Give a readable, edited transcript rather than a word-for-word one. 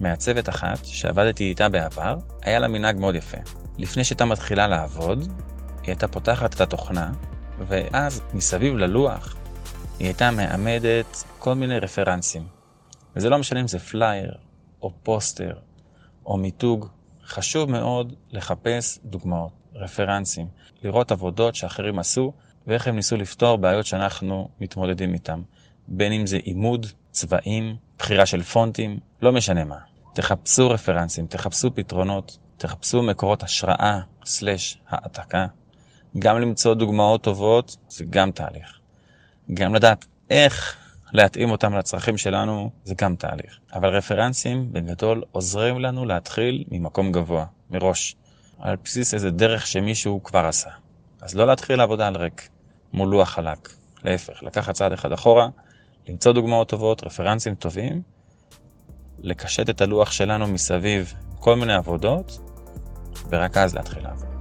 מעצבת אחת שעבדתי איתה בעבר, היה לה מנהג מאוד יפה. לפני שהייתה מתחילה לעבוד, היא הייתה פותחת את התוכנה, ואז מסביב ללוח היא הייתה מעמדת כל מיני רפרנסים. וזה לא משנה אם זה פלייר, או פוסטר, או מיתוג. חשוב מאוד לחפש דוגמאות, רפרנסים, לראות עבודות שאחרים עשו, ואיך הם ניסו לפתור בעיות שאנחנו מתמודדים איתם. בין אם זה עימוד, צבעים, בחירה של פונטים, לא משנה מה. תחפשו רפרנסים, תחפשו פתרונות, תחפשו מקורות השראה / העתקה. גם למצוא דוגמאות טובות, זה גם תהליך. גם לדעת איך להתאים אותם לצרכים שלנו, זה גם תהליך. אבל רפרנסים בגדול עוזרים לנו להתחיל ממקום גבוה, מראש, על בסיס איזה דרך שמישהו כבר עשה. אז לא להתחיל לעבודה על ריק, מול לוח חלק. להפך, לקחת צעד אחד אחורה, למצוא דוגמאות טובות, רפרנסים טובים, לקשט את הלוח שלנו מסביב כל מיני עבודות, ורק אז להתחיל לעבוד.